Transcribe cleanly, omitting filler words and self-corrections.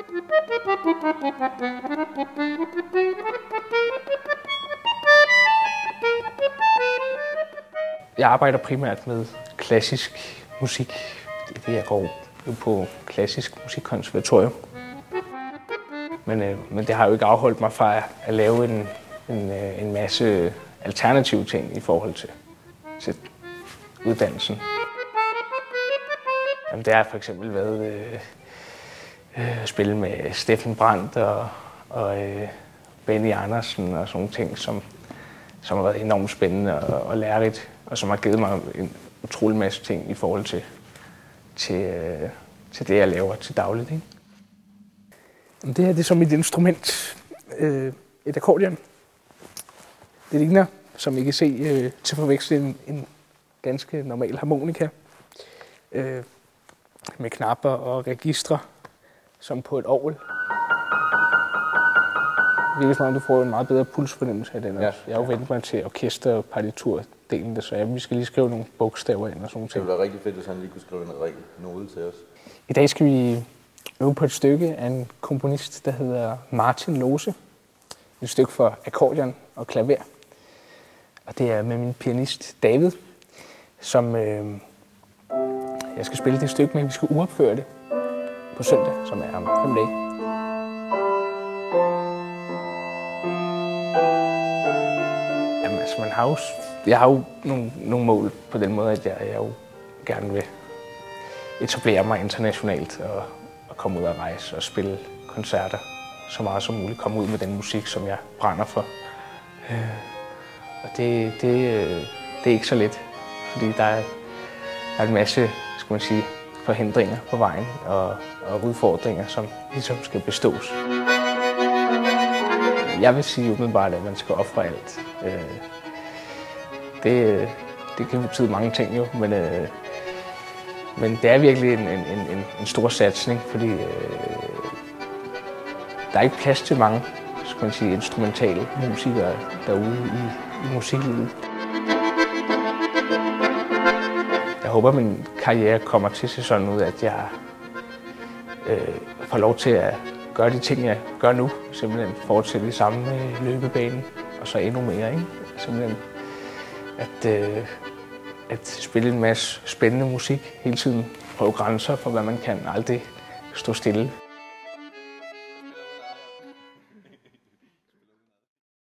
Jeg arbejder primært med klassisk musik. Det er det, jeg går på klassisk musikkonservatorium. Men det har jo ikke afholdt mig fra at lave en masse alternative ting i forhold til uddannelsen. Jamen, det har for eksempel været at spille med Steffen Brandt og Benny Andersen og sådan nogle ting, som har været enormt spændende og lærerigt, og som har givet mig en utrolig masse ting i forhold til det, jeg laver til dagligt. Ikke? Det her det er så mit instrument, et akkordeon. Det ligner, som I kan se, til forveksling en ganske normal harmonika med knapper og registre, som på et orgel. Det er som om, du får en meget bedre pulsfornemmelse af den. Ja. Jeg har jo vendt mig til orkester- og partiturdelen, så vi skal lige skrive nogle bogstaver ind og sådan noget. Det ville være rigtig fedt, hvis han lige kunne skrive en note til os. I dag skal vi øve på et stykke af en komponist, der hedder Martin Lose. Et stykke for akkordeon og klaver. Og det er med min pianist David, som jeg skal spille det stykke med. Vi skal uopføre det på søndag, som er om 5 dage. Jamen, altså, jeg har jo nogle mål på den måde, at jeg jo gerne vil etablere mig internationalt og komme ud og rejse og spille koncerter så meget som muligt. Komme ud med den musik, som jeg brænder for. Og det er ikke så let, fordi der er en masse, skal man sige, forhindringer på vejen og udfordringer, som ligesom skal bestås. Jeg vil sige umiddelbart, at man skal ofre alt. Det kan betyde mange ting jo, men det er virkelig en stor satsning, fordi der er ikke plads til mange, skal man sige, instrumentale musikere derude i musiklivet. Jeg håber, at min karriere kommer til at se sådan ud, at jeg får lov til at gøre de ting, jeg gør nu. Simpelthen fortsætte det samme med løbebanen, og så endnu mere. Ikke? Simpelthen at spille en masse spændende musik hele tiden. Prøve grænser for, hvad man kan. Aldrig stå stille.